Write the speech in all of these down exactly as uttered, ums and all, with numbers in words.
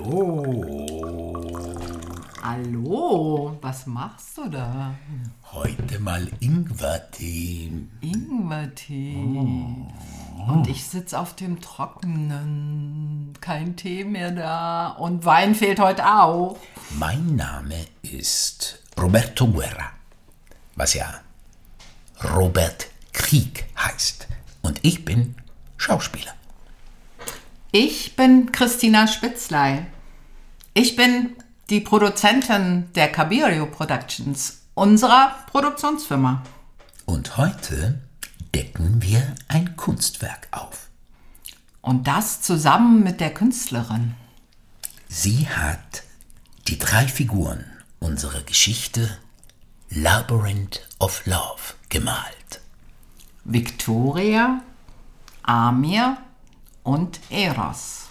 Hallo. Hallo, was machst du da? Heute mal Ingwertee. Ingwertee. Oh. Und ich sitze auf dem Trockenen. Kein Tee mehr da. Und Wein fehlt heute auch. Mein Name ist Roberto Guerra, was ja Robert Krieg heißt. Und ich bin Schauspieler. Ich bin Christina Spitzley. Ich bin die Produzentin der Cabirio Productions, unserer Produktionsfirma. Und heute decken wir ein Kunstwerk auf. Und das zusammen mit der Künstlerin. Sie hat die drei Figuren unserer Geschichte Labyrinth of Love gemalt. Victoria, Amir und Eros.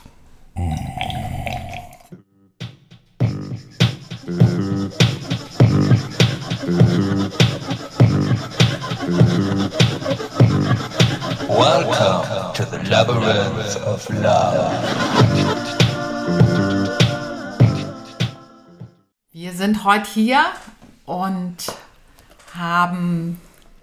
Welcome to the Labyrinth of Love. Wir sind heute hier und haben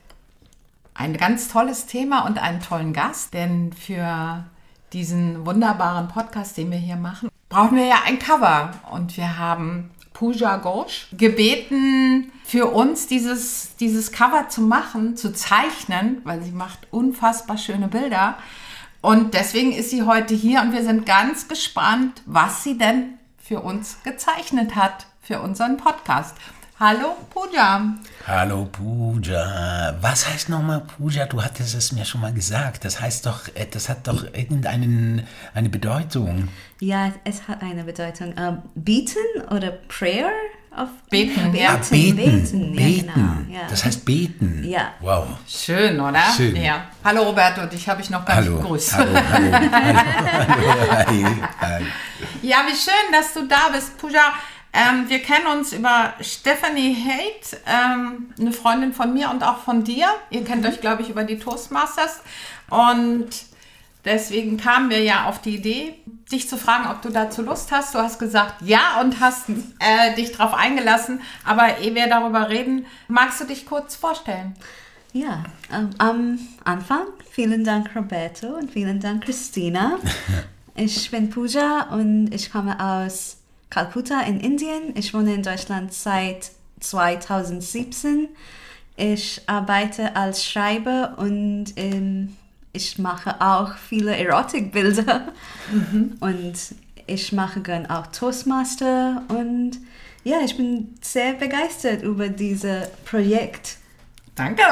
ein ganz tolles Thema und einen tollen Gast, denn für diesen wunderbaren Podcast, den wir hier machen, brauchen wir ja ein Cover. Und wir haben Pooja Ghosh gebeten, für uns dieses, dieses Cover zu machen, zu zeichnen, weil sie macht unfassbar schöne Bilder. Und deswegen ist sie heute hier und wir sind ganz gespannt, was sie denn für uns gezeichnet hat, für unseren Podcast. Hallo Pooja. Hallo Pooja. Was heißt nochmal Pooja? Du hattest es mir schon mal gesagt. Das heißt doch, das hat doch irgendeine eine Bedeutung. Ja, es hat eine Bedeutung. Um, beten oder Prayer? Auf beten, beten, ja. Ah, beten, beten. beten. Ja, genau. Ja. Das heißt beten. Ja. Wow. Schön, oder? Schön. Ja. Hallo Roberto, dich habe ich noch gar Hallo. nicht begrüßt. Hallo, hallo, hallo, hallo, hi, hi. Ja, wie schön, dass du da bist, Pooja. Ähm, wir kennen uns über Stephanie Haidt, ähm, eine Freundin von mir und auch von dir. Ihr kennt euch, glaube ich, über die Toastmasters. Und deswegen kamen wir ja auf die Idee, dich zu fragen, ob du dazu Lust hast. Du hast gesagt ja und hast äh, dich darauf eingelassen. Aber ehe wir darüber reden, magst du dich kurz vorstellen? Ja, ähm, am Anfang vielen Dank Roberto und vielen Dank Christina. Ich bin Pooja und ich komme aus Kalkutta in Indien. Ich wohne in Deutschland seit zweitausendsiebzehn. Ich arbeite als Schreiber und ähm, ich mache auch viele Erotikbilder. Mhm. Und ich mache gern auch Toastmaster. Und ja, ich bin sehr begeistert über dieses Projekt. Danke.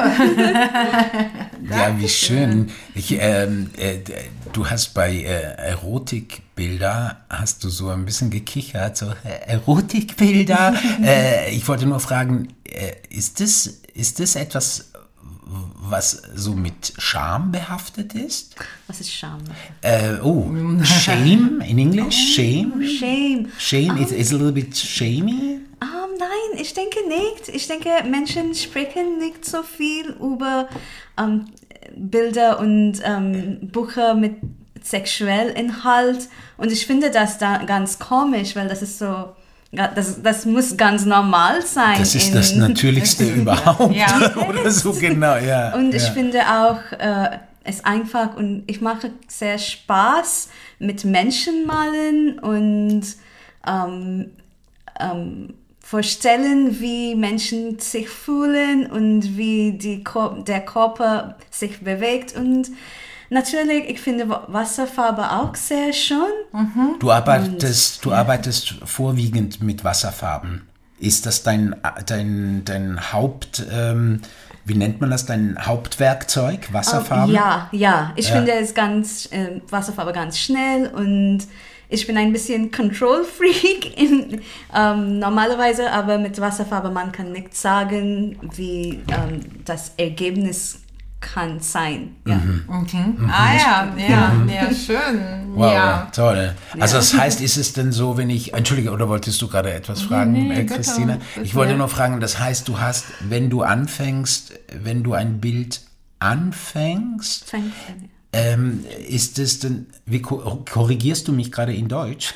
Ja, wie schön. Ich, ähm, äh, du hast bei äh, Erotikbilder, hast du so ein bisschen gekichert, so äh, Erotikbilder. äh, ich wollte nur fragen, äh, ist das, ist das etwas, was so mit Scham behaftet ist? Was ist Scham? Äh, oh, shame in English? Shame? Shame. Shame um, is, is a little bit shamey? Um, nein, ich denke nicht. Ich denke, Menschen sprechen nicht so viel über um, Bilder und um, Bücher mit sexuellem Inhalt. Und ich finde das da ganz komisch, weil das ist so, das, das muss ganz normal sein. Das ist in, das Natürlichste überhaupt. Ja. Oder so, genau, ja. Und ich ja. finde auch, äh, es einfach, und ich mache sehr Spaß mit Menschen malen und ähm, ähm, vorstellen, wie Menschen sich fühlen und wie die Kor- der Körper sich bewegt. Und natürlich, ich finde Wasserfarbe auch sehr schön. Mhm. Du arbeitest, du arbeitest vorwiegend mit Wasserfarben. Ist das dein, dein, dein Haupt, ähm, wie nennt man das, dein Hauptwerkzeug, Wasserfarben? Oh, ja, ja. Ich Ja. finde es ganz, äh, Wasserfarbe ganz schnell und ich bin ein bisschen Control-Freak in, ähm, normalerweise, aber mit Wasserfarbe, man kann nicht sagen, wie ähm, das Ergebnis kann sein. Ja. Mhm. Mhm. Ah ja, ja, ja, schön. Wow, Ja. toll. Also das heißt, ist es denn so, wenn ich, entschuldige, oder wolltest du gerade etwas fragen, nee, äh, bitte, Christina? bitte. Ich wollte nur fragen, das heißt, du hast, wenn du anfängst, wenn du ein Bild anfängst, Fängt an. Ähm, ist es denn, wie ko- korrigierst du mich gerade in Deutsch?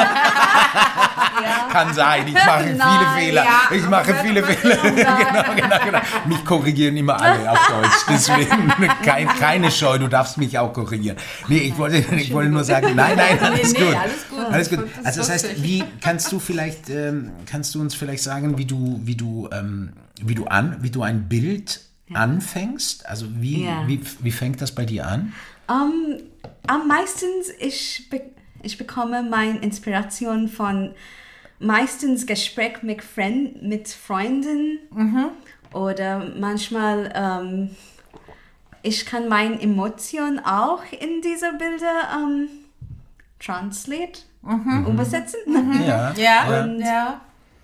Ja. Kann sein, ich mache viele Nein, Fehler. ja, ich mache aber viele du Fehler. genau, genau, genau. Mich korrigieren immer alle auf Deutsch. Deswegen kein, keine Scheu, du darfst mich auch korrigieren. Nee, ich wollte, ich wollte nur sagen, nein, nein, alles Nee, nee, gut. alles gut. Alles gut. Das ist Also das heißt, lustig. wie kannst du vielleicht, ähm, kannst du uns vielleicht sagen, wie du, wie du, ähm, wie du an, wie du ein Bild anfängst? Also wie, Ja. wie, wie fängt das bei dir an? Um, am meisten ich, be ich bekomme meine Inspiration von meistens Gespräch mit, Friend mit Freunden oder manchmal ähm, ich kann meine Emotionen auch in diese Bilder ähm, translate, übersetzen. Ja. Ja, Und- ja.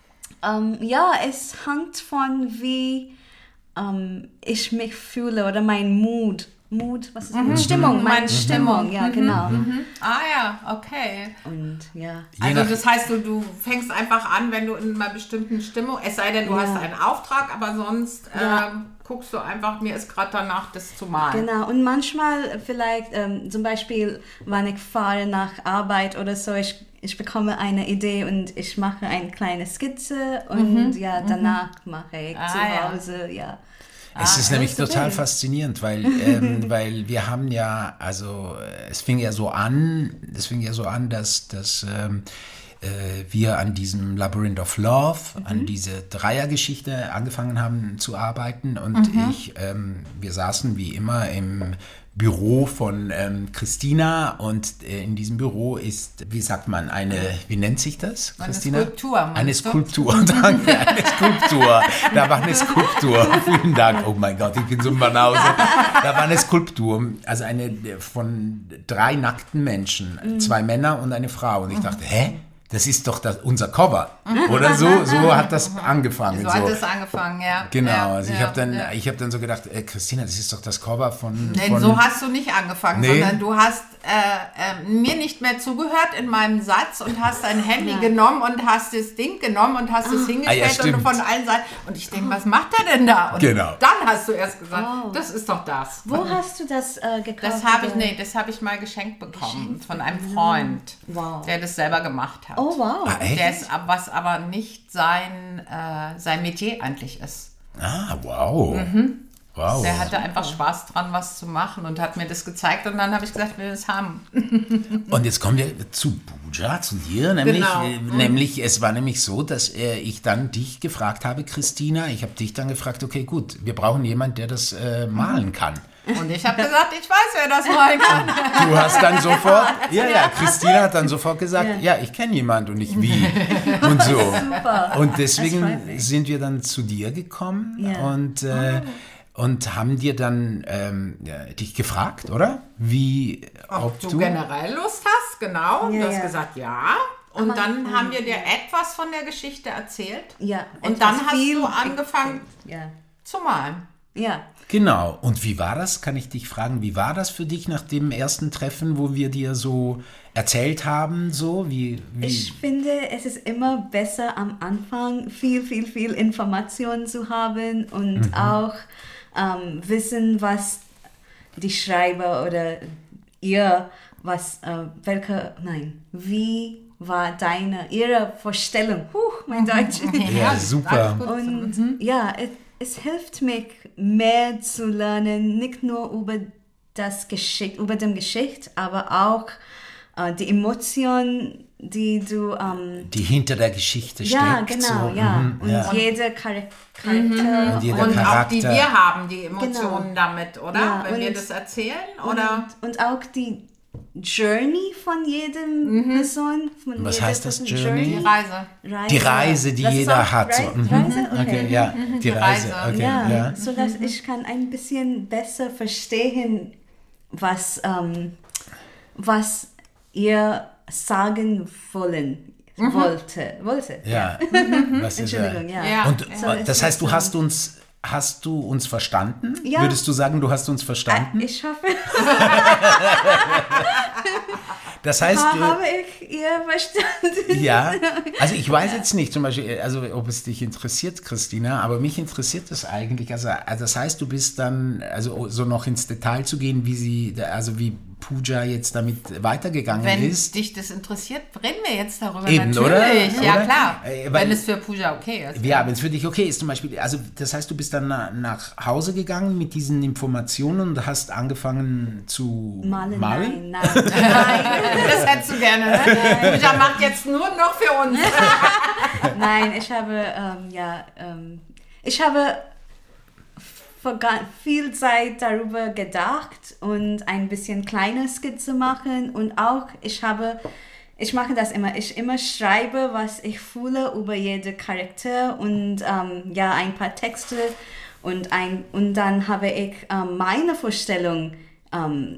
Ähm, ja, es hängt von wie ähm, ich mich fühle oder mein Mood. Mood, was ist Mood? Stimmung, meine Meine Stimmung, Stimmung. ja, genau. Ah ja, okay. Und ja. Je Also nach- das heißt, du, du fängst einfach an, wenn du in einer bestimmten Stimmung, es sei denn, du Ja. hast einen Auftrag, aber sonst Ja. ähm, guckst du einfach, mir ist gerade danach, das zu malen. Genau, und manchmal vielleicht, ähm, zum Beispiel, wenn ich fahre nach Arbeit oder so, ich, ich bekomme eine Idee und ich mache eine kleine Skizze und ja, danach mache ich Ah, zu ja. Hause, ja. Es ist nämlich das ist total okay. faszinierend, weil, ähm, weil wir haben ja, also äh, es fing ja so an, es fing ja so an, dass, dass ähm, äh, wir an diesem Labyrinth of Love, an diese Dreiergeschichte angefangen haben zu arbeiten und ich, ähm, wir saßen wie immer im Büro von ähm, Christina und äh, in diesem Büro ist, wie sagt man, eine, wie nennt sich das, Eine Christina? Skulptur, meinst Eine du? Skulptur, danke, eine Skulptur. Da war eine Skulptur, vielen Dank, oh mein Gott, ich bin so ein Banause. Da war eine Skulptur, also eine von drei nackten Menschen, zwei Männer und eine Frau und ich dachte, hä? Das ist doch das, unser Cover, oder so? So hat das angefangen. So hat es angefangen, ja. Genau, ja, also ich ja, habe dann, ja. ich hab dann so gedacht, äh, Christina, das ist doch das Cover von... Nein, von so hast du nicht angefangen, Nee. sondern du hast äh, äh, mir nicht mehr zugehört in meinem Satz und hast dein Handy genommen und hast das Ding genommen und hast es Ah, ja, hingestellt und stimmt. von allen Seiten. Und ich denke, was macht er denn da? Und Genau. dann hast du erst gesagt, Oh. das ist doch das. Wo hast du das äh, gekauft? Das habe ich, oder? nee, das habe ich mal geschenkt bekommen von einem Freund, Wow. der das selber gemacht hat. Oh, wow. Ah, echt? Der ist, ab- was aber nicht sein, äh, sein Metier eigentlich ist. Ah, wow. Wow. Der hatte einfach Spaß dran, was zu machen und hat mir das gezeigt und dann habe ich gesagt, ich will das haben. Und jetzt kommen wir zu Pooja, zu dir. Nämlich, Genau. äh, nämlich es war nämlich so, dass äh, ich dann dich gefragt habe, Christina. Ich habe dich dann gefragt, okay, gut, wir brauchen jemanden, der das äh, malen kann. Und ich habe gesagt, ich weiß, wer das malen kann. Du hast dann sofort, ja, ja, Christina hat dann sofort gesagt, ja, ich kenne jemanden und nicht wie und so. Super. Und Das deswegen freut mich. sind wir dann zu dir gekommen Ja. und, äh, und haben dir dann ähm, ja, dich gefragt, oder? Wie, ob, Ob du du... generell Lust hast, genau. Und Ja, du hast ja. gesagt, ja. Und Aber, dann ähm, haben wir dir etwas von der Geschichte erzählt. Ja. Und etwas dann hast viel du angefangen Ja. zu malen. Ja. Genau. Und wie war das? Kann ich dich fragen, wie war das für dich nach dem ersten Treffen, wo wir dir so erzählt haben, so wie, wie Ich finde, es ist immer besser am Anfang viel, viel, viel Informationen zu haben und auch ähm, wissen, was die Schreiber oder ihr, was, äh, welche, nein, wie war deine, ihre Vorstellung, Huch, mein Deutsch. ja, super. alles gut. Und ja, es, es hilft mich mehr zu lernen, nicht nur über das Geschicht, über die Geschichte, aber auch äh, die Emotionen, die du ähm, Die hinter der Geschichte ja, steckt. genau, so, ja. mhm, Und ja. jeder Char Charakter. Und jeder Und auch die Charakter. wir haben, die Emotionen Genau. damit, oder? Ja, Wenn wir und- das erzählen, oder? Und, und auch die Journey von jedem Person. Von Was jeder heißt das, Person, Journey? Die Reise. Reise. Die Reise, die Das ist jeder auch hat. So. Rei- Mhm. Reise? Okay. Okay, ja, die Reise. Reise. Okay, Ja, ja. so dass ich kann ein bisschen besser verstehen, was, ähm, was ihr sagen wollen, wollte. wollte. Ja. Was ist, Entschuldigung, äh, ja. Ja. Und So äh, ist das heißt, du das, hast uns hast du uns verstanden? Ja. Würdest du sagen, du hast uns verstanden? Ich hoffe, Das heißt, ha, du, habe ich ihr verstanden. ja, also ich weiß jetzt nicht, zum Beispiel, also ob es dich interessiert, Christina, aber mich interessiert es eigentlich. Also, also das heißt, du bist dann, also so noch ins Detail zu gehen, wie sie, also wie Pooja jetzt damit weitergegangen Wenn ist. dich das interessiert, reden wir jetzt darüber. Eben, natürlich. oder? Ja, Oder? klar. Äh, weil- Wenn es für Pooja okay ist. Ja, wenn es für dich okay ist, zum Beispiel, also das heißt, du bist dann na, nach Hause gegangen mit diesen Informationen und hast angefangen zu Malen, malen? nein, nein, nein. Das hättest du gerne, ne? Pooja macht jetzt nur noch für uns. Nein, ich habe, ähm, ja, ähm, ich habe verga- viel Zeit darüber gedacht und ein bisschen kleine Skizze machen und auch, ich habe, ich mache das immer, ich immer schreibe, was ich fühle über jede Charakter und ähm, ja, ein paar Texte und, ein, und dann habe ich ähm, meine Vorstellung ähm,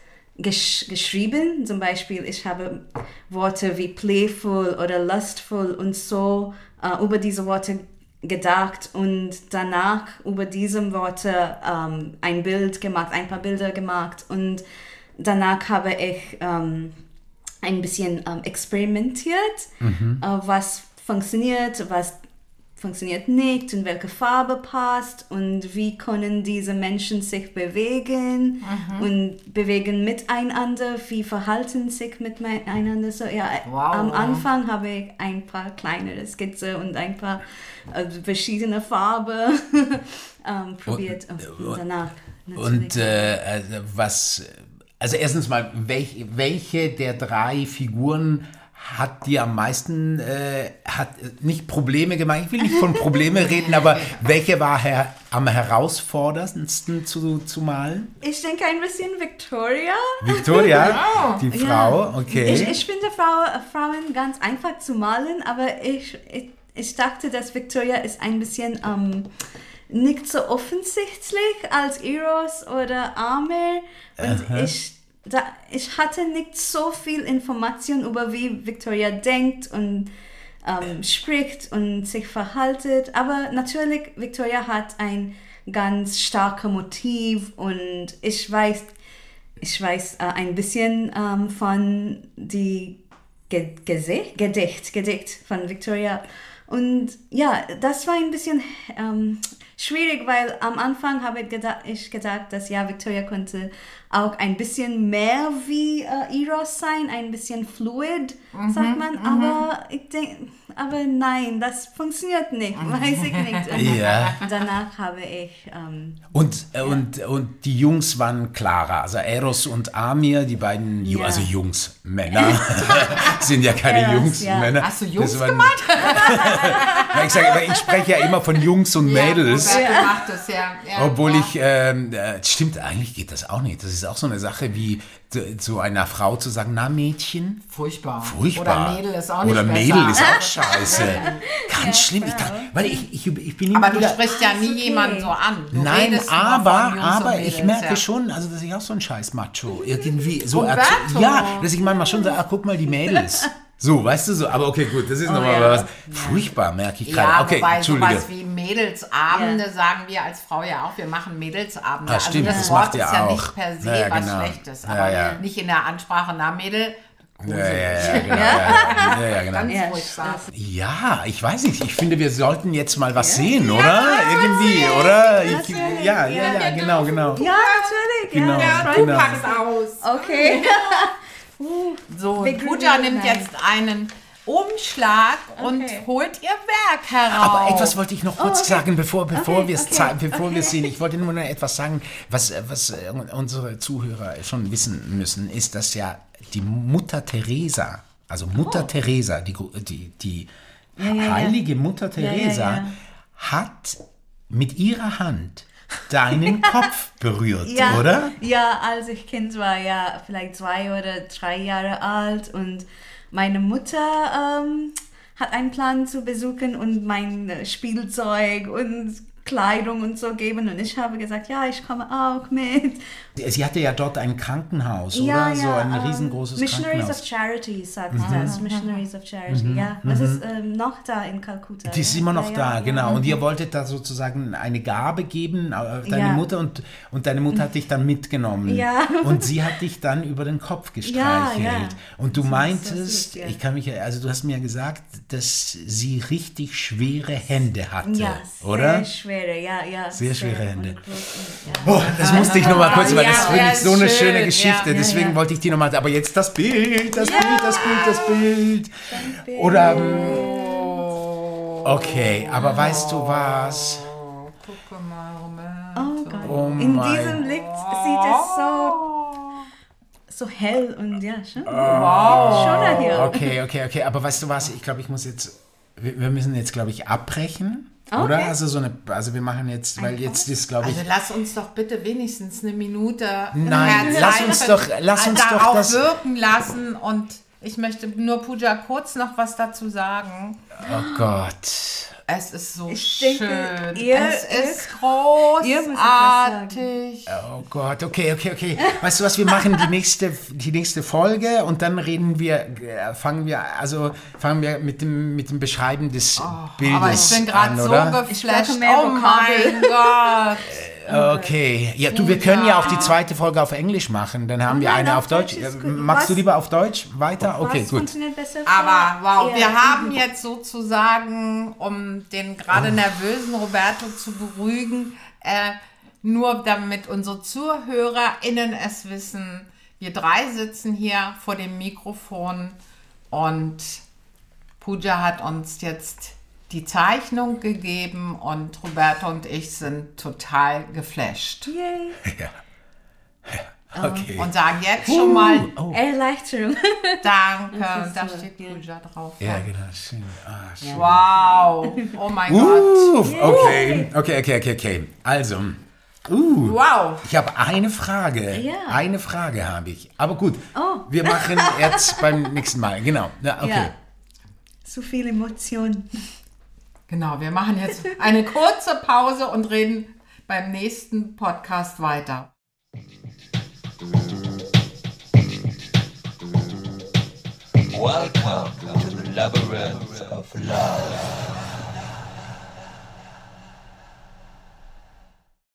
gesch geschrieben. Zum Beispiel, ich habe Worte wie playful oder lustful und so äh, über diese Worte gedacht und danach über diese Worte ähm, ein Bild gemacht, ein paar Bilder gemacht und danach habe ich ähm, ein bisschen ähm, experimentiert, Mhm. äh, was funktioniert, was funktioniert nicht und welche Farbe passt und wie können diese Menschen sich bewegen und bewegen miteinander, wie verhalten sich miteinander. So, ja, Wow. am Anfang habe ich ein paar kleinere Skizze und ein paar äh, verschiedene Farben ähm, probiert und, und danach natürlich. Und äh, also was, also erstens mal, welch, welche der drei Figuren hat dir am meisten, äh, hat nicht Probleme gemacht, ich will nicht von Probleme reden, aber welche war her, am herausforderndsten zu, zu malen? Ich denke ein bisschen Victoria. Victoria, die Ja. Frau, okay. Ich, ich finde Frau, Frauen ganz einfach zu malen, aber ich, ich, ich dachte, dass Victoria ist ein bisschen ähm, nicht so offensichtlich als Eros oder Amir. Und ich, da, ich hatte nicht so viel Information über wie Victoria denkt und ähm, spricht und sich verhaltet. Aber natürlich, Victoria hat ein ganz starkes Motiv und ich weiß, ich weiß äh, ein bisschen ähm, von die Ge Gesicht, Gedicht, Gedicht von Victoria. Und ja, das war ein bisschen ähm, schwierig, weil am Anfang habe ich gedacht, ich gedacht, dass ja, Victoria könnte auch ein bisschen mehr wie äh, Eros sein, ein bisschen fluid, Mhm, sagt man. Aber ich denke, aber nein, das funktioniert nicht, weiß ich nicht. Und Ja. danach habe ich ähm, Und, äh, und, und die Jungs waren klarer, also Eros und Amir, die beiden, Ju Ja. also Jungs, Männer, sind ja keine Eros, Jungs, ja. Männer. Hast du Jungs Das waren- gemeint? Ja, ich sage, aber ich spreche ja immer von Jungs und Mädels. Ja, Roberto macht das, ja. ja Obwohl ja. ich, ähm, äh, stimmt, eigentlich geht das auch nicht. Das ist auch so eine Sache wie zu, zu einer Frau zu sagen, na Mädchen, Furchtbar. furchtbar. Oder Mädel ist auch nicht Oder besser. Mädel ist auch scheiße. Ganz schlimm. Ich dachte, weil ich, ich, ich bin immer Aber du wieder... sprichst ja nie okay. jemanden so an. Du Nein, redest nur aber, von Jungs aber und ich Mädels, merke ja. schon, also dass ich auch so ein scheiß Macho irgendwie so Roberto. erzo- ja, dass ich manchmal schon sage, ach, guck mal die Mädels. So, weißt du so, aber okay, gut, das ist nochmal ja. was. Furchtbar, merke ich gerade. Ja, Okay, wobei Entschuldige. sowas wie Mädelsabende Ja. sagen wir als Frau ja auch, wir machen Mädelsabende. Ah, stimmt, also das das Wort macht ihr ist ja auch. nicht per se Ja, ja, was genau. Schlechtes, Ja, aber ja. nicht in der Ansprache, na Mädel, Ja, ja, ja, genau, ja, ja, ja, genau. ganz Ja, furchtbar. Ja, ich weiß nicht. Ich finde, wir sollten jetzt mal was sehen, oder? Irgendwie, oder? Ich, Natürlich, ja, ja, ja. ja, genau, genau. ja, natürlich, Genau. ja. Ja, freut du genau. packst aus. Okay. So, Wir Pooja gründen, nimmt ja. jetzt einen Umschlag und Okay. holt ihr Werk heraus. Aber etwas wollte ich noch kurz Oh, okay. sagen, bevor, bevor Okay, wir es okay, zei- bevor okay. wir es sehen. Ich wollte nur noch etwas sagen, was, was äh, unsere Zuhörer schon wissen müssen, ist, dass ja die Mutter Teresa, also Mutter Teresa, die, gro- die, die Oh. ja, ja. heilige Mutter Teresa, ja, ja. hat mit ihrer Hand deinen Kopf berührt, Ja, oder? ja, als ich Kind war, ja, vielleicht zwei oder drei Jahre alt und meine Mutter ähm, hat einen Plan zu besuchen und mein äh, Spielzeug und Kleidung und so geben und ich habe gesagt, ja, ich komme auch mit. Sie hatte ja dort ein Krankenhaus, Ja, oder? ja, So ein ähm, riesengroßes Missionaries Krankenhaus. of Charity, sagt das. Missionaries of Charity, ja. Das ist ähm, noch da in Kalkutta. Die ist ja. immer noch ja, da, ja, genau. Ja. Und ihr wolltet da sozusagen eine Gabe geben, äh, deine Ja. Mutter, und, und deine Mutter hat dich dann mitgenommen. Ja. Und sie hat dich dann über den Kopf gestreichelt. Ja, ja. Und du Das ist meintest, so süß, ja. ich kann mich, also du hast mir gesagt, dass sie richtig schwere Hände hatte, Ja, sehr oder? schwere, ja, ja. Sehr schwere Hände. und groß und, ja. Oh, das musste ich nochmal kurz, weil Ja, das finde ja, ich so eine ist schöne schön. Geschichte. Ja, ja, Deswegen ja. wollte ich die nochmal, aber jetzt das Bild, das Ja. Bild, das Bild, das Bild. Bild. Oder, okay, aber weißt du was? Oh, guck mal, Oh Roberto. Gott. Oh In mein- diesem Licht sieht es so, so hell und ja, schon. Wow. Schon hier. Okay, okay, okay, aber weißt du was? Ich glaube, ich muss jetzt, wir, wir müssen jetzt, glaube ich, abbrechen. Okay. Oder? Also so eine, also wir machen jetzt, weil jetzt ist, glaube ich, Also lass uns doch bitte wenigstens eine Minute Nein, mehr lass Zeit uns für- doch- lass uns doch darauf das- wirken lassen und ich möchte nur Pooja kurz noch was dazu sagen. oh Gott. Es ist so Ich denke, schön. ihr- es ist ihr müsst etwas großartig. Oh Gott, okay, okay, okay. Weißt du was, wir machen die nächste, die nächste Folge und dann reden wir, äh, fangen wir, also fangen wir mit dem, mit dem Beschreiben des Bildes Aber ich bin gerade an, so oder? geflasht. brauche mehr Oh mein Gott. Okay, ja, du, wir können ja auch die zweite Folge auf Englisch machen, dann haben wir nein, eine auf auf Deutsch. Deutsch ist Äh, gut. Magst du Was- lieber auf Deutsch weiter? Okay, Was gut. funktioniert besser für- Aber wow, Ja. wir haben jetzt sozusagen, um den gerade nervösen Roberto zu beruhigen, äh, nur damit unsere ZuhörerInnen es wissen, wir drei sitzen hier vor dem Mikrofon und Pooja hat uns jetzt die Zeichnung gegeben und Roberto und ich sind total geflasht Yay. Ja. Okay. und sagen jetzt schon mal Oh. Erleichterung. Danke. Das Und da ist so, steht ja. Pooja drauf. Ja, genau, schön. Ah, schön. Wow. Oh mein Gott. Uh, okay, okay, okay, okay, okay. Also, uh, Wow. ich habe eine Frage. Ja. Eine Frage habe ich. Aber gut, Oh. wir machen jetzt beim nächsten Mal. Genau. Ja, okay. Ja. Zu viel Emotion. Genau, wir machen jetzt eine kurze Pause und reden beim nächsten Podcast weiter. Welcome to the labyrinth of love.